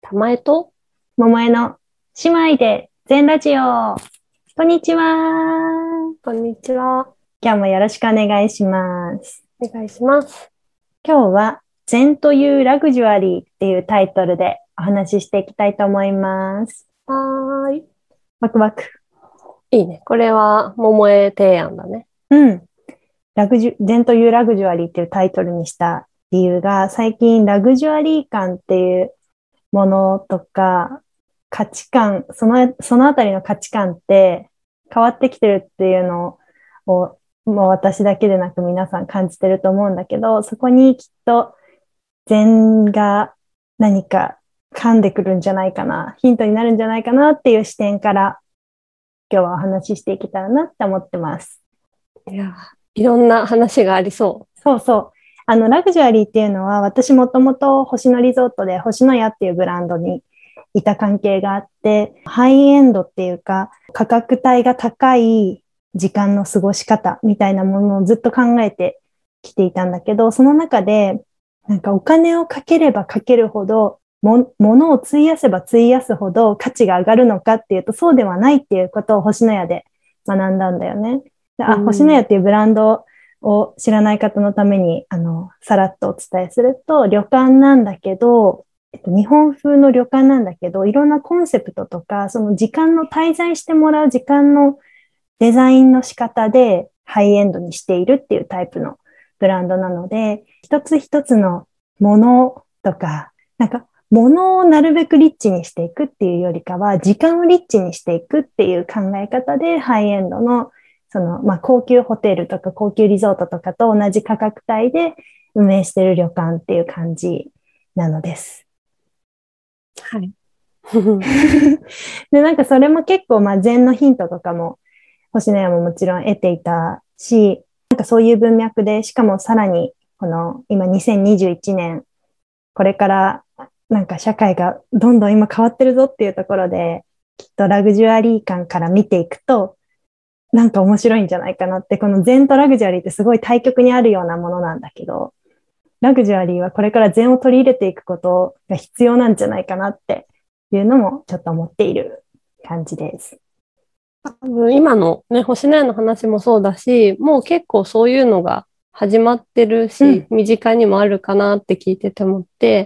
玉江と桃江の姉妹で全ラジオ。こんにちは。 こんにちは。 今日もよろしくお願いします。 お願いします。 今日は禅というラグジュアリーっていうタイトルでお話ししていきたいと思います。 はーい。 ワクワク。 いいね。これは桃江提案だね。 うん。禅というラグジュアリーっていうタイトルにした理由が、最近ラグジュアリー感っていうものとか価値観、そのあたりの価値観って変わってきてるっていうのを、もう私だけでなく皆さん感じてると思うんだけど、そこにきっと禅が何か噛んでくるんじゃないかな、ヒントになるんじゃないかなっていう視点から今日はお話ししていけたらなって思ってます。 いや、いろんな話がありそそうそう。ラグジュアリーっていうのは、私もともと星野リゾートで星野屋っていうブランドにいた関係があって、ハイエンドっていうか、価格帯が高い時間の過ごし方みたいなものをずっと考えてきていたんだけど、その中で、なんかお金をかければかけるほど、物を費やせば費やすほど価値が上がるのかっていうと、そうではないっていうことを星野屋で学んだんだよね。でう。う星野屋ん。 っていうブランドを知らない方のために、さらっとお伝えすると、旅館なんだけど、日本風の旅館なんだけど、いろんなコンセプトとか、その時間の滞在してもらう時間のデザインの仕方でハイエンドにしているっていうタイプのブランドなので、一つ一つのものとか、なんか物をなるべくリッチにしていくっていうよりかは、時間をリッチにしていくっていう考え方でハイエンドの高級ホテルとか高級リゾートとかと同じ価格帯で運営している旅館っていう感じなのです。 はい。 で、なんかそれも結構、禅のヒントとかも、星野屋ももちろん得ていたし、なんかそういう文脈で、しかもさらに、この今2021年、これからなんか社会がどんどん今変わってるぞっていうところで、きっとラグジュアリー感から見ていくと、なんか面白いんじゃないかなって、この禅とラグジュアリーってすごい対極にあるようなものなんだけど、ラグジュアリーはこれから禅を取り入れていくことが必要なんじゃないかなっていうのもちょっと思っている感じです。 多分今のね、星のやの話もそうだし、もう結構そういうのが始まってるし、 うん、 身近にもあるかなって聞いてて思って、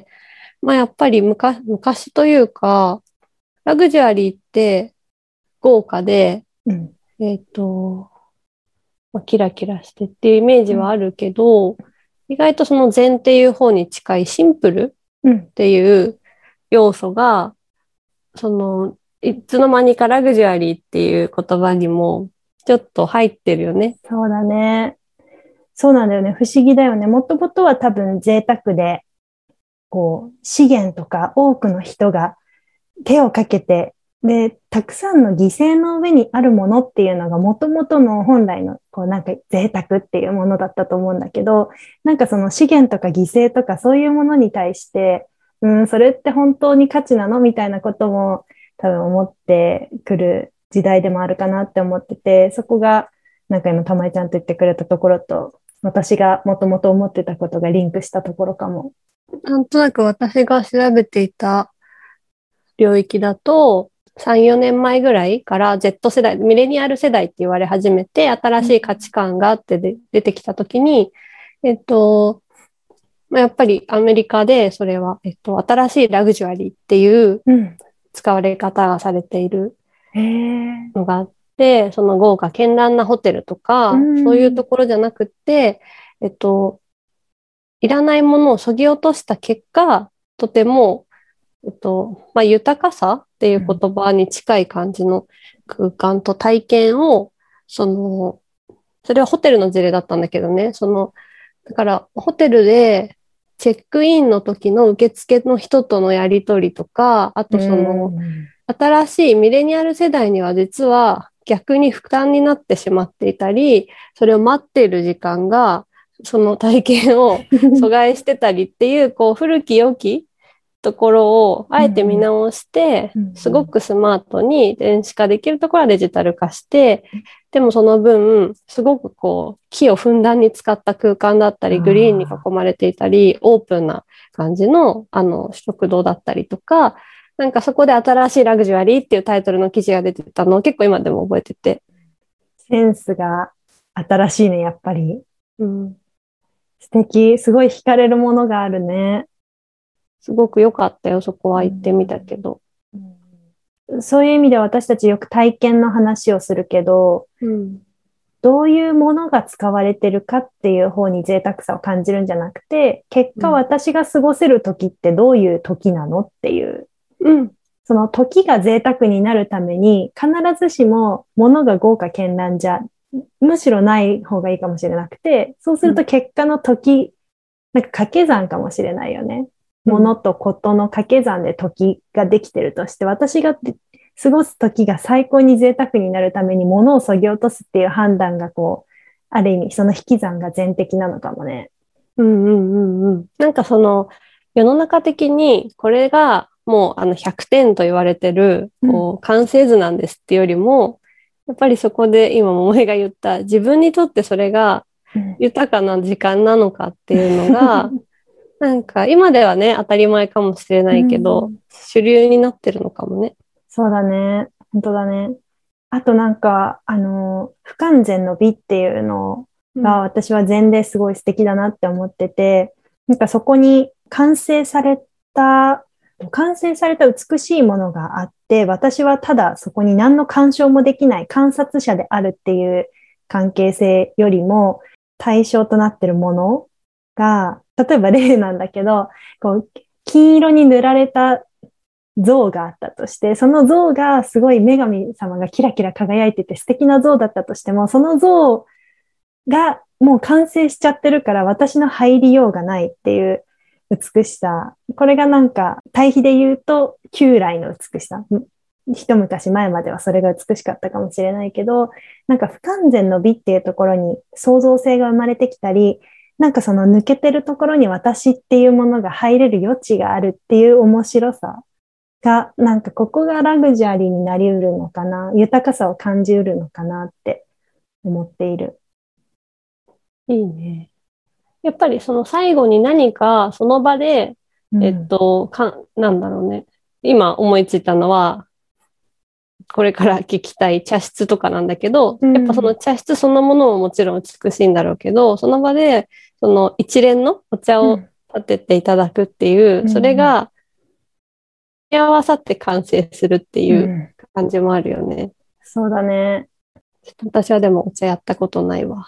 やっぱり昔というか、ラグジュアリーって豪華で、 うん、 えっと、キラキラしてっていうイメージはうん、 あるけど、意外とその禅っていう方に近いシンプルうん。 っていう要素が、いつの間にかラグジュアリーっていう言葉にもちょっと入ってるよね。 そうだね。そうなんだよね。不思議だよね。もともとは多分贅沢で、こう、資源とか多くの人が手をかけて、で、たくさんの犠牲の上にあるものっていうのが元々の本来の、こうなんか贅沢っていうものだったと思うんだけど、なんかその資源とか犠牲とかそういうものに対して、それって本当に価値なのみたいなことも多分思ってくる時代でもあるかなって思ってて、そこがなんか今たまえちゃんと言ってくれたところと、私がもともと思ってたことがリンクしたところかも。 なんとなく私が調べていた領域だと、3、4年前ぐらいから Z 世代、ミレニアル世代って言われ始めて、新しい価値観があって出てきたときに、えっと、やっぱりアメリカでそれは、新しいラグジュアリーっていううん。 使われ方がされているへえ。 のがあって、その豪華絢爛なホテルとうか、そういうとん。 ころじゃなくて、えっと、いらないものを削ぎ落とした結果、とても、豊かさっていううん。 言葉に近い感じの空間と体験を、その、それはホテルの事例だったんだけどね、だからホテルでチェックインの時の受付の人とのやりとりとか、あうとん。 新しいミレニアル世代には実は逆に負担になってしまっていたり、それを待っている時間が、その体験を阻害してたりっていう、こう、古き良きところをあえて見直して、 うんうんすごくスマートに電子化できるところはデジタル化して、でもその分、すごくこう、木をふんだんに使った空間だったり、グリーンに囲まれていたり、オープンな感じの、食堂だったりとか、なんかそこで新しいラグジュアリーっていうタイトルの記事が出てたのを結構今でも覚えてて。 センスが新しいね、やっぱり。 うん、 素敵。すごい惹かれるものがあるね。 すごく良かったよ、そこは行ってみたけど。 そういう意味で私たちよく体験の話をするけど、 うん、 どういうものが使われてるかっていう方に贅沢さを感じるんじゃなくて、結果私が過ごせる時ってどういう時なのっていう、 うん、 その時が贅沢になるために必ずしも物が豪華絢爛じゃ、むしろない方がいいかもしれなくて、そうすると結果の時、なんか掛け算かもしれないよね。物とことの掛け算で時ができてるとして、私が過ごす時が最高に贅沢になるために物を削ぎ落とすっていう判断がこう、ある意味その引き算が全的なのかもね。 うんうんうんうん。なんかその世の中的にこれがもう100点と言われてるこう完成図なんですっていうよりも、やっぱりそこで今桃江が言った自分にとってそれが豊かな時間なのかっていうのが、なんか今ではね当たり前かもしれないけど、主流になってるのかもね。 そうだね。本当だね。あとなんか、不完全の美っていうのが私は禅ですごい素敵だなって思ってて、なんかそこに完成された美しいものがあって、私はただそこに何の干渉もできない観察者であるっていう関係性よりも、対象となってるものが、例えば例なんだけど、こう金色に塗られた像があったとして、その像がすごい女神様がキラキラ輝いてて素敵な像だったとしても、その像がもう完成しちゃってるから私の入りようがないっていう美しさ。これがなんか対比で言うと旧来の美しさ。一昔前まではそれが美しかったかもしれないけど、なんか不完全の美っていうところに創造性が生まれてきたり、なんかその抜けてるところに私っていうものが入れる余地があるっていう面白さが、なんかここがラグジュアリーになりうるのかな、豊かさを感じうるのかなって思っている。 いいね。やっぱりその最後に何かその場で、なんだろうね。今思いついたのは、これから聞きたい茶室とかなんだけど、やっぱその茶室そのものももちろん美しいんだろうけど、その場でその一連のお茶を立てていただくっていう、それが合わさって完成するっていう感じもあるよね。 そうだね。 私はでもお茶やったことないわ。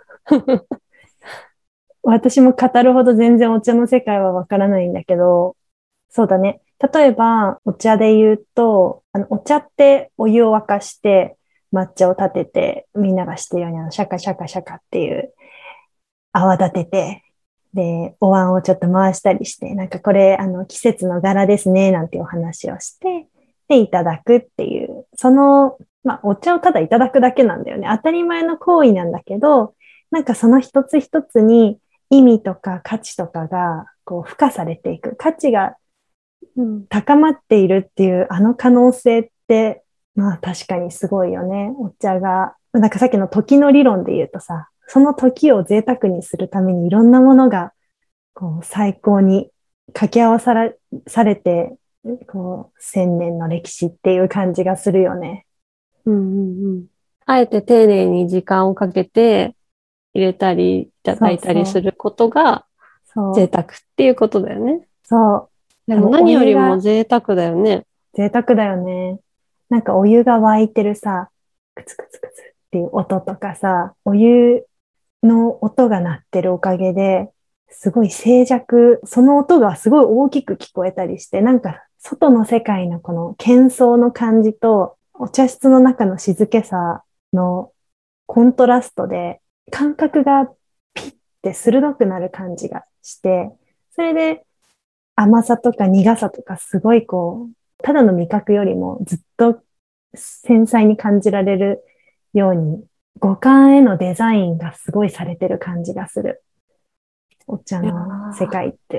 私も語るほど全然お茶の世界はわからないんだけど、そうだね。例えば、お茶で言うと、お茶ってお湯を沸かして、抹茶を立てて、みんなが知ってるように、シャカシャカシャカっていう泡立てて、で、お椀をちょっと回したりして、なんかこれ、季節の柄ですね、なんていうお話をして、で、いただくっていう、まあ、お茶をただいただくだけなんだよね。当たり前の行為なんだけど、なんかその一つ一つに意味とか価値とかが、こう、付加されていく。価値が高まっているっていうあの可能性って、まあ確かにすごいよね。お茶が、なんかさっきの時の理論で言うとさ、その時を贅沢にするためにいろんなものがこう最高に掛け合わされて、こう千年の歴史っていう感じがするよね。 うんうんうん。あえて丁寧に時間をかけて入れたりいただいたりすることが贅沢っていうことだよね。 そう。 でも何よりも贅沢だよね。 贅沢だよね。なんかお湯が沸いてるさ、クツクツクツっていう音とかさ、お湯の音が鳴ってるおかげで、すごい静寂、その音がすごい大きく聞こえたりして、なんか外の世界のこの喧騒の感じと、お茶室の中の静けさのコントラストで、感覚がピッて鋭くなる感じがして、それで甘さとか苦さとかすごいこう、ただの味覚よりもずっと繊細に感じられるように、五感へのデザインがすごいされてる感じがする。お茶の世界って。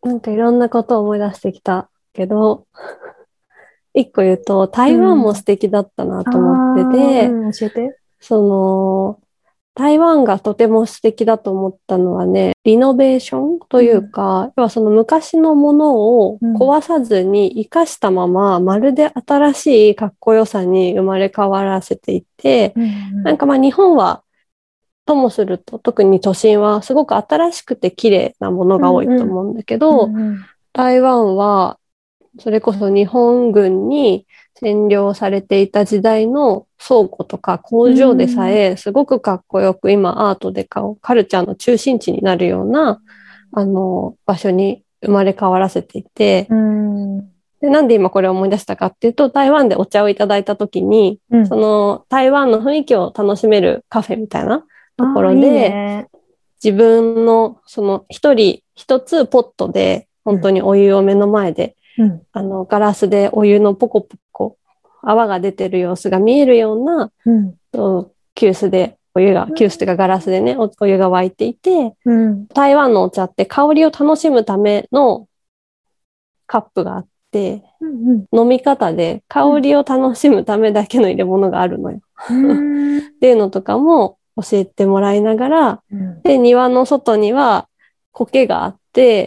なんかいろんなことを思い出してきたけど、一個言うと、 う台湾も素ん。 敵だったなあと思ってあ、うて、 ん、教えて。 その、台湾がとても素敵だと思ったのはね、リノベーションといううん、 か、要はその昔のものをうん、 壊さずに生かしたまま、まるで新しいかっこよさに生まれ変わらせていて、 うん、 なんかまあ日本はともすると、特に都心はすごく新しくて綺麗なものうん、 が多いうん、 と思うんだけど、 うん、うん、 台湾はそれこそ日本軍に占領されていた時代の倉庫とかう工場でさん、 えすごくかっこよく今アートでカルチャーの中心地になるような場所に生まれ変わらせていて、 うん、うん、 で、なんで今これを思い出したかっていうと、台湾でお茶をいただいた時に、そうん。 の台湾の雰囲気を楽しめるカフェみたいなとこああ、いいろで、 ね。 自分のその一人一つポットで本当うん、 にお湯を目の前でうん、 ガラスでお湯のポコポコ泡が出てる様子が見えるようなうん、 急須で急須というかガラスでね、お湯が沸いていて、 うん、 台湾のお茶って香りを楽しむためのカップがあって、 うん、 飲み方で香りを楽しむためだけの入れ物があるのよ。 うん、うっていうのとかも教えてもらいながら、 ん。 で、庭の外には苔があって、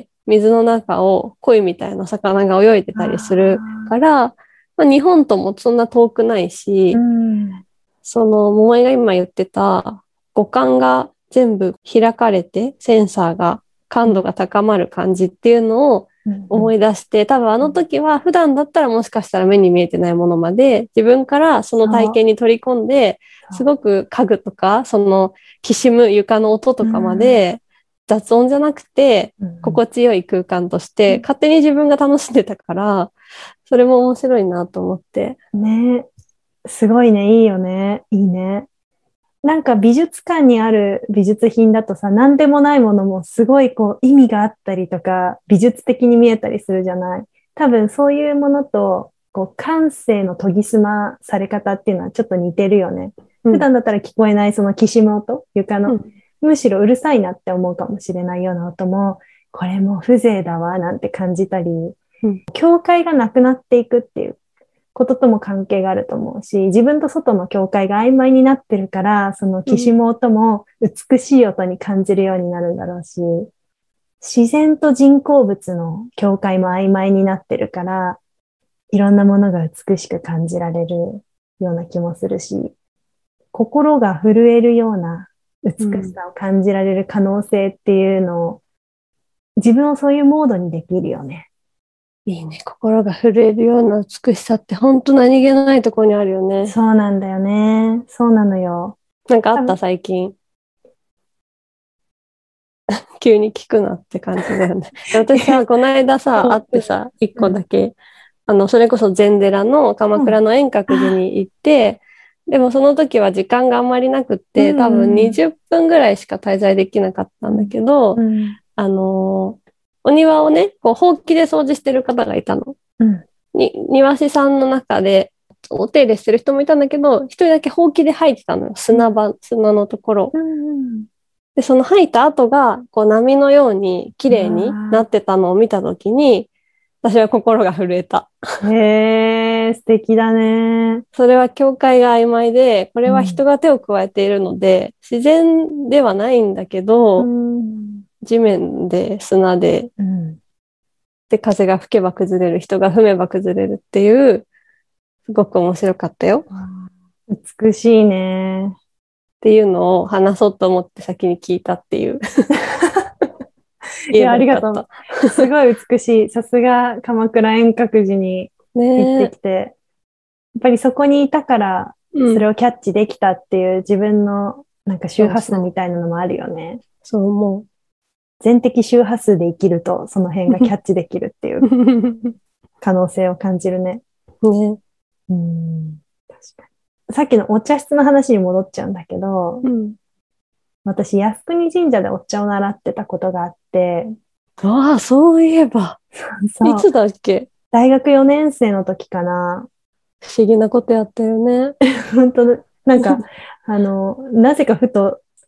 水の中を鯉みたいな魚が泳いでたりするかあら、まあ、日本ともそんな遠くないあ、うし、 ん、 その桃井が今言ってた五感が全部開かれてセンサーが感度が高まる感じっていうのをうん、う思ん、 い出して、多分あの時は普段だったらもしかしたら目に見えてないものまで自分からその体そう、 験に取り込んで、すそごく家具とか、そのきしむ床の音う。 とかまうん、 で雑音じゃなくてうん、 心地よい空間として勝手に自分が楽しんでたから、それも面白いなと思って。 ね、すごいね、いいよね。いいね。なんか美術館にある美術品だとさ、なんでもないものもすごいこう意味があったりとか、美術的に見えたりするじゃない。多分そういうものと、こう感性の研ぎ澄まされ方っていうのはちょっと似てるよね。 うん。 普段だったら聞こえないそのきしむ音、床の、 うん。 むしろうるさいなって思うかもしれないような音も、これも風情だわなんて感じたり、 うん。 境界がなくなっていくっていうこととも関係があると思うし、自分と外の境界が曖昧になってるから、そのうん。 きしむ音も美しい音に感じるようになるんだろうし、自然と人工物の境界も曖昧になってるから、いろんなものが美しく感じられるような気もするし、心が震えるような美うん。 しさを感じられる可能性っていうのを、自分をそういうモードにできるよね。 いいね。心が震えるような美しさって本当何気ないところにあるよね。 そうなんだよね。そうなのよ。 なんかあった多分最近。急に聞くなって感じだよね。で私さ、この間さ、会ってさ、一うん、 個だけ、それこそ禅寺の鎌うん。 倉の円覚寺に行って、でもその時は時間があんまりなくっうて、多分ん、 20分ぐらいしか滞在できなかったんだうん、 けど、 うん、 お庭をね、こう、ほうきで掃除してる方がいたの。 うん、 庭師さんの中で、お手入れしてる人もいたんだけど、一人だけほうきで吐いてたのよ。砂のところ。 うん、 で、その吐いた後が、こう波のように綺う麗になわってたのを見たときに、私は心が震えた。 ー、へえ、素敵だね。 それは境界が曖昧で、これは人うん、 が手を加えているので、自然ではないんだけうど、 ん、 地面で砂で、 うん。 で、風が吹けば崩れる、人が踏めば崩れるっていう、すごく面白かったよ。っ美しいね。 ていうのを話そうと思って先に聞いたっていう。 いや、 言えばありがとう。 よかった。 すごい美しい。さすが鎌倉円覚寺に行ってねえ。 きて、やっぱりそこにいたから、 うん。 それをキャッチできたっていう自分のなんか周波数みそうそう。 たいなのもあるよね。 そう思全的周波数で生きると、その辺がキャッチできるっていうう。 可能性を感じるね。 ね。 うん。確かに。さっきのお茶室の話に戻っちゃうんだけど、 うん。 私、靖国神社でお茶を習ってたことがあって、 ああ、そういえば。いそう、 つだっけ？ 大学4年生の時かな。 不思議なことやったよね。 本当、なんか、なぜかふと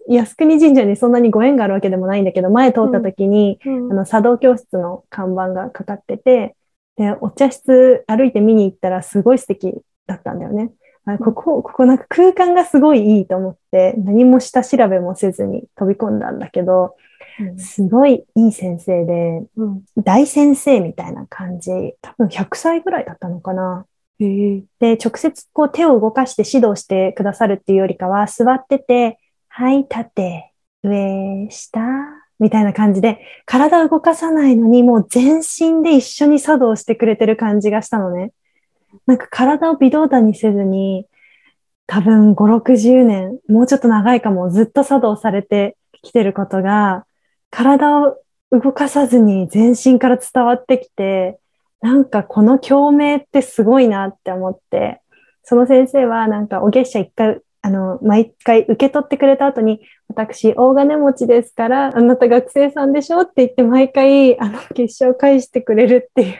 靖国神社にそんなにご縁があるわけでもないんだけど、前通った時に、茶道教室の看板がかかってて、で、お茶室歩いて見に行ったらすごい素敵だったんだよね。ここなんか空間がすごいいいと思って、何も下調べもせずに飛び込んだんだけど、すごいいい先生で、大先生みたいな感じ、多分100歳ぐらいだったのかな。で、直接こう手を動かして指導してくださるっていうよりかは、座ってて、はい、縦、上、下、みたいな感じで、体を動かさないのに、もう全身で一緒に茶道してくれてる感じがしたのね。なんか体を微動だにせずに、多分5、60年、もうちょっと長いかも、ずっと茶道されてきてることが、体を動かさずに全身から伝わってきて、なんかこの共鳴ってすごいなって思って、その先生はなんかお月謝一回、毎回受け取ってくれた後に、私、大金持ちですから、あなた学生さんでしょって言って毎回、月謝を返してくれるっていう。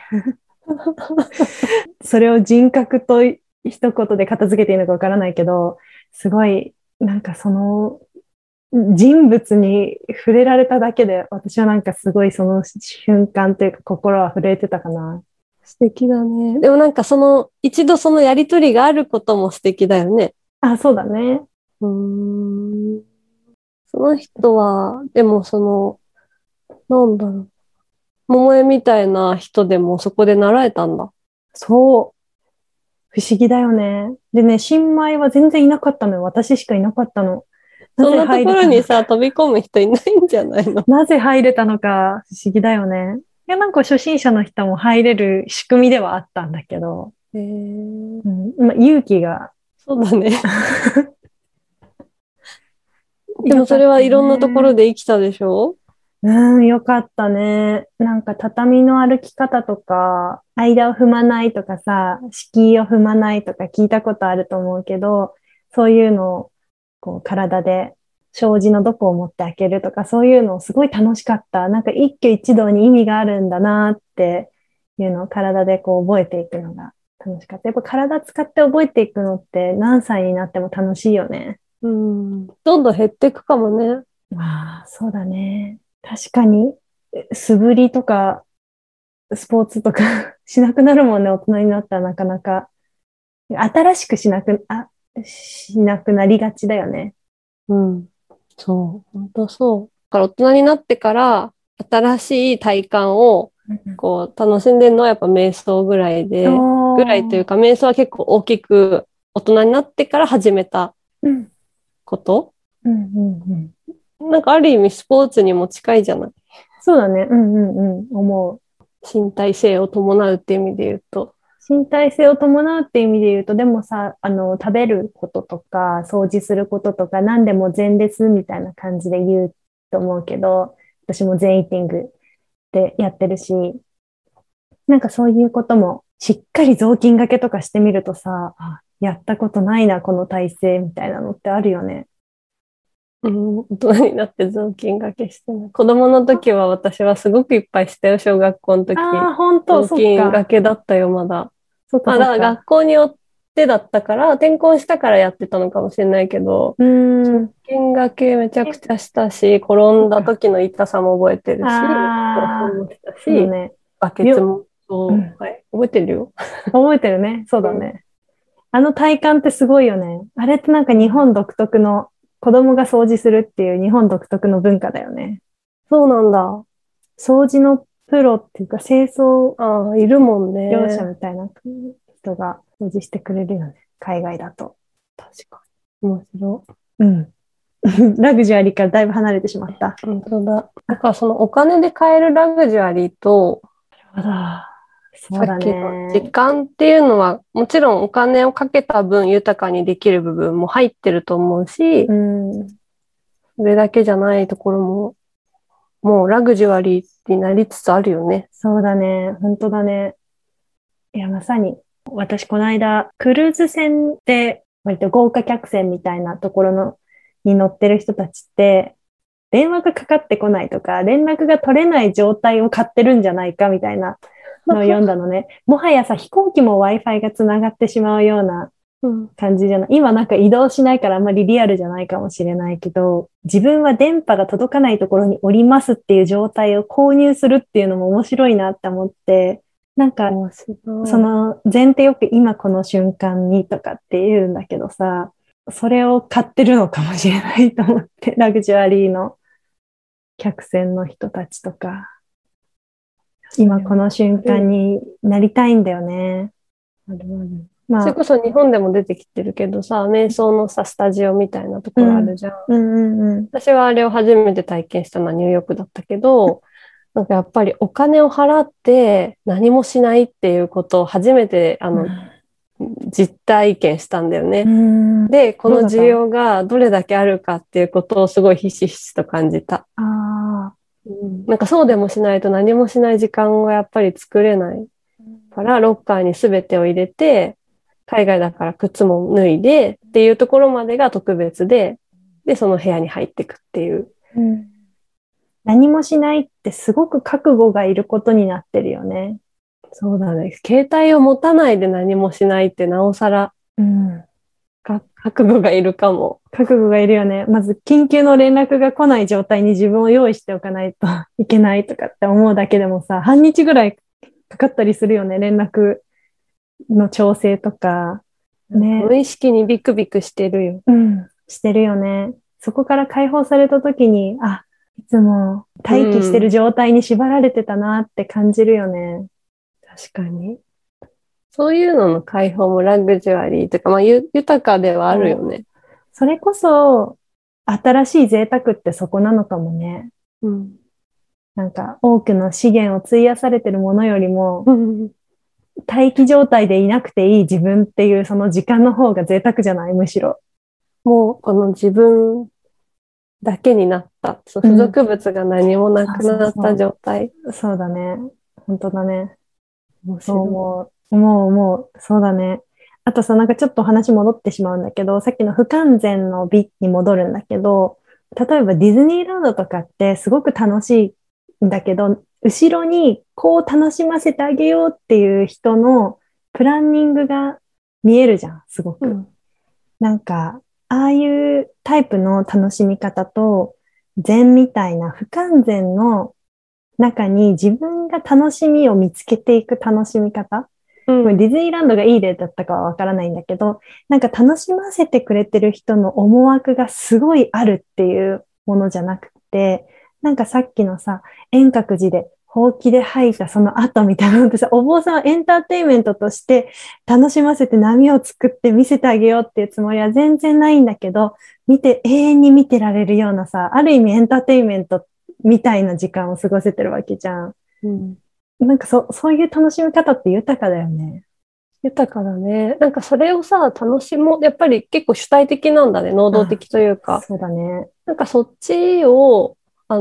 それを人格と一言で片付けていいのかわからないけど、すごい、なんかその人物に触れられただけで、私はなんかすごいその瞬間というか心は震えてたかな。 素敵だね。でもなんか一度そのやりとりがあることも素敵だよね。 あ、そうだね。 その人は、でもなんだろう。桃江みたいな人でもそこで習えたんだ。 そう。不思議だよね。でね、新米は全然いなかったのよ。私しかいなかったの。 そんなところにさ、飛び込む人いないんじゃないの？ なぜ入れたのか不思議だよね。いや、なんか初心者の人も入れる仕組みではあったんだけど。勇気が。 そうだね。でもそれはいろんなところで生きたでしょ？ よかったね。なんか畳の歩き方とか、間を踏まないとかさ、敷居を踏まないとか聞いたことあると思うけど、そういうのをこう体で障子のどこを持って開けるとか、そういうのすごい楽しかった。なんか一挙一動に意味があるんだなっていうのを体でこう覚えていくのが楽しかった。やっぱ体使って覚えていくのって何歳になっても楽しいよね。 どんどん減っていくかもね。 まあ、そうだね。確かに、素振りとか、スポーツとかしなくなるもんね、大人になったらなかなか。新しくしなくなりがちだよね。 そう、本当そう。だから大人になってから、新しい体感を、こう、楽しんでるのはやっぱ瞑想ぐらいで、ぐらいというか、瞑想は結構大きく、大人になってから始めたこと。なんかある意味スポーツにも近いじゃない？ そうだね。思う。 身体性を伴うって意味で言うと。 身体性を伴うって意味で言うと、でもさ、食べることとか、掃除することとか、何でも禅ですみたいな感じで言うと思うけど、私も禅イーティングでやってるし、なんかそういうことも、しっかり雑巾掛けとかしてみるとさ、やったことないな、この体勢みたいなのってあるよね。 大人になって雑巾掛けしてない。子供の時は私はすごくいっぱいしたよ、小学校の時。 本当、 雑巾掛けだったよ、まだ。 そっか。 だから学校によってだったから、転校したからやってたのかもしれないけど、雑巾掛けめちゃくちゃしたし、転んだ時の痛さも覚えてるし、もしたし、バケツも、はい、覚えてるよ。 覚えてるね。そうだね。あの体感ってすごいよね。あれってなんか日本独特の、子供が掃除するっていう日本独特の文化だよね。 そうなんだ。 掃除のプロっていうか清掃いるもんね。 業者みたいな人が掃除してくれるよね。海外だと。 確かに。面白い。ラグジュアリーからだいぶ離れてしまった。 本当だ。だからそのお金で買えるラグジュアリーと、 そうだね。 さっきの時間っていうのは、もちろんお金をかけた分豊かにできる部分も入ってると思うし、それだけじゃないところも、もうラグジュアリーになりつつあるよね。 そうだね。本当だね。いや、まさに。私、この間、クルーズ船で、割と豪華客船みたいなところに乗ってる人たちって、電話がかかってこないとか、連絡が取れない状態を買ってるんじゃないかみたいなのを読んだのね。もはやさ、飛行機も Wi-Fi がつながってしまうようなうん感じじゃない。今なんか移動しないからあんまりリアルじゃないかもしれないけど、自分は電波が届かないところにおりますっていう状態を購入するっていうのも面白いなって思って、なんか面白い。 その前提よく今この瞬間にとかって言うんだけどさ、それを買ってるのかもしれないと思って、ラグジュアリーの客船の人たちとか、今この瞬間になりたいんだよね。 あるある。 まあ、 それこそ日本でも出てきてるけどさ、瞑想のさ、スタジオみたいなところあるじゃん。 うんうんうん。 私はあれを初めて体験したのはニューヨークだったけど、なんかやっぱりお金を払って何もしないっていうことを初めて実体験したんだよね。で、この需要がどれだけあるかっていうことをすごいひしひしと感じた。なんかそうでもしないと何もしない時間をやっぱり作れないから、ロッカーに全てを入れて、海外だから靴も脱いでっていうところまでが特別で、で、その部屋に入っていくっていう。 何もしないってすごく覚悟がいることになってるよね。 そうだね。携帯を持たないで何もしないってなおさら、覚悟がいるかも。 覚悟がいるよね。まず緊急の連絡が来ない状態に自分を用意しておかないといけないとかって思うだけでもさ、半日ぐらいかかったりするよね。連絡の調整とか。ね。 無意識にビクビクしてるよ。 してるよね。そこから解放された時に、あ、いつも待機してる状態に縛られてたなって感じるよね。 確かに。そういうのの解放もラグジュアリーとか、まあ、豊かではあるよね。 それこそ、新しい贅沢ってそこなのかもね。なんか、多くの資源を費やされてるものよりも、待機状態でいなくていい自分っていうその時間の方が贅沢じゃない？むしろ。 もう、この自分だけになった。付属物が何もなくなった状態。 そうだね。本当だね。そう思う。そうだね。あとさ、なんかちょっと話戻ってしまうんだけど、さっきの不完全の美に戻るんだけど、例えばディズニーランドとかってすごく楽しいんだけど、後ろにこう楽しませてあげようっていう人のプランニングが見えるじゃん、すごく。なんか、ああいうタイプの楽しみ方と、禅みたいな不完全の中に自分が楽しみを見つけていく楽しみ方。ディズニーランドがいい例だったかはわからないんだけど、なんか楽しませてくれてる人の思惑がすごいあるっていうものじゃなくて、なんかさっきのさ、遠隔寺でほうきで吐いたその後みたいなのってさ、お坊さんはエンターテインメントとして楽しませて波を作って見せてあげようっていうつもりは全然ないんだけど、永遠に見てられるようなさ、ある意味エンターテインメントみたいな時間を過ごせてるわけじゃん。なんかそういう楽しみ方って豊かだよね。 豊かだね。なんかそれをさ、楽しもう。やっぱり結構主体的なんだね。能動的というか。 そうだね。 なんかそっちを、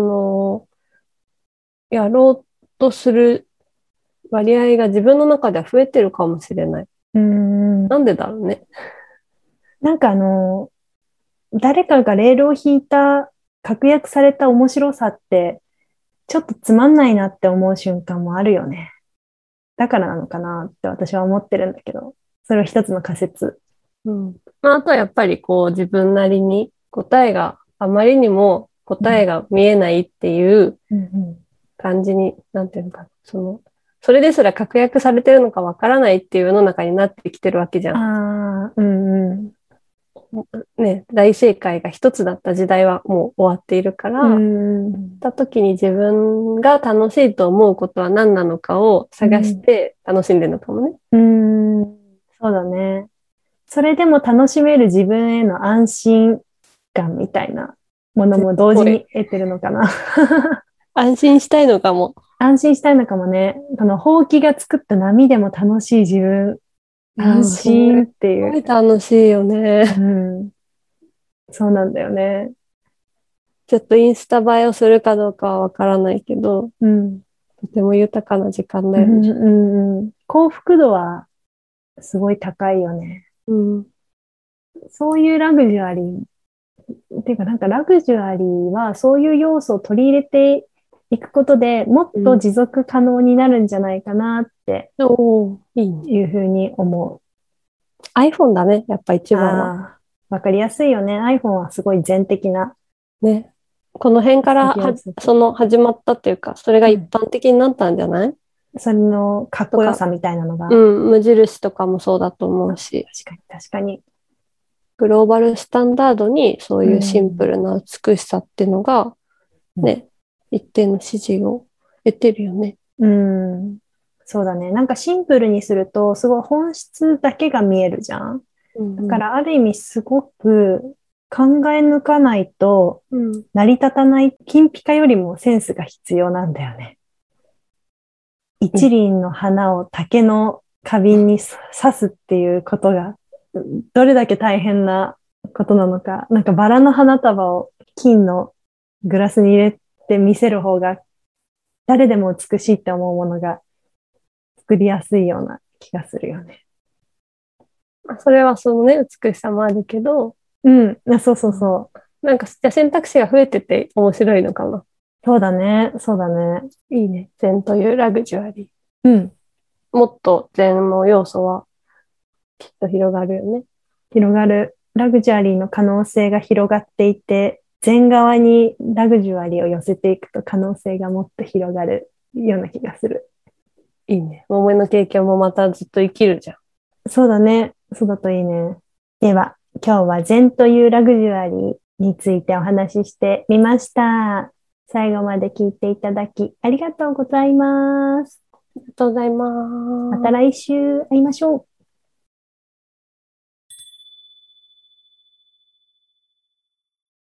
やろうとする割合が自分の中では増えてるかもしれない。なんでだろうね。 なんか誰かがレールを引いた、確約された面白さって、ちょっとつまんないなって思う瞬間もあるよね。だからなのかなって私は思ってるんだけど、それは一つの仮説。 まあ、あとはやっぱりこう自分なりに答えがあまりにも答えが見えないっていう感じに、なんていうのか、それですら確約されてるのかわからないっていう世の中になってきてるわけじゃん。ね、大正解が一つだった時代はもう終わっているから、た時に自分が楽しいと思うことは何なのかを探して楽しんでるのかもね。 そうだね。それでも楽しめる自分への安心感みたいなものも同時に得てるのかな。 安心したいのかも。 安心したいのかもね。ほうきが作った波でも楽しい自分。安心っていう。 すごい楽しいよね。 そうなんだよね。 ちょっとインスタ映えをするかどうかはわからないけど、とても豊かな時間だよね。 幸福度はすごい高いよね。そういうラグジュアリー。ていうかなんかラグジュアリーはそういう要素を取り入れていくことでもっと持続可能になるんじゃないかなっていうふうに思う。 iPhone だね、やっぱ一番は。 ああ、わかりやすいよね。iPhone はすごい全的なね。この辺から先を始まったっていうか、それが一般的になったんじゃないそれのかっとか、 こよさみたいなのが。 うん、無印とかもそうだと思うし、 確かに、確かに。 グローバルスタンダードにそうういうシンプん。 ルな美しさっていうのが、 うん。 ね、一定の支持を得てるよね。 うん。そうだね。なんかシンプルにすると、すごい本質だけが見えるじゃん。 うんうん。 だからある意味すごく考え抜かないとうん。 成り立たない、金ピカよりもセンスが必要なんだよね。一輪の花を竹の花瓶に刺すっていうことが、どれだけ大変なことなのか。なんかバラの花束を金のグラスに入れて見せる方が、誰でも美しいって思うものが作りやすいような気がするよね。 それはそのね、美しさもあるけど、 うん。そうそうそう。 なんか、じゃあ選択肢が増えてて面白いのかな。 そうだね。そうだね。 いいね。禅というラグジュアリー。 うん。 もっと禅の要素はきっと広がるよね。 広がる。ラグジュアリーの可能性が広がっていて、全側にラグジュアリーを寄せていくと可能性がもっと広がるような気がする。 いいね。桃の経験もまたずっと生きるじゃん。 そうだね。そうだといいね。では、今日は禅というラグジュアリーについてお話ししてみました。最後まで聞いていただきありがとうございます。 ありがとうございます。 また来週会いましょう。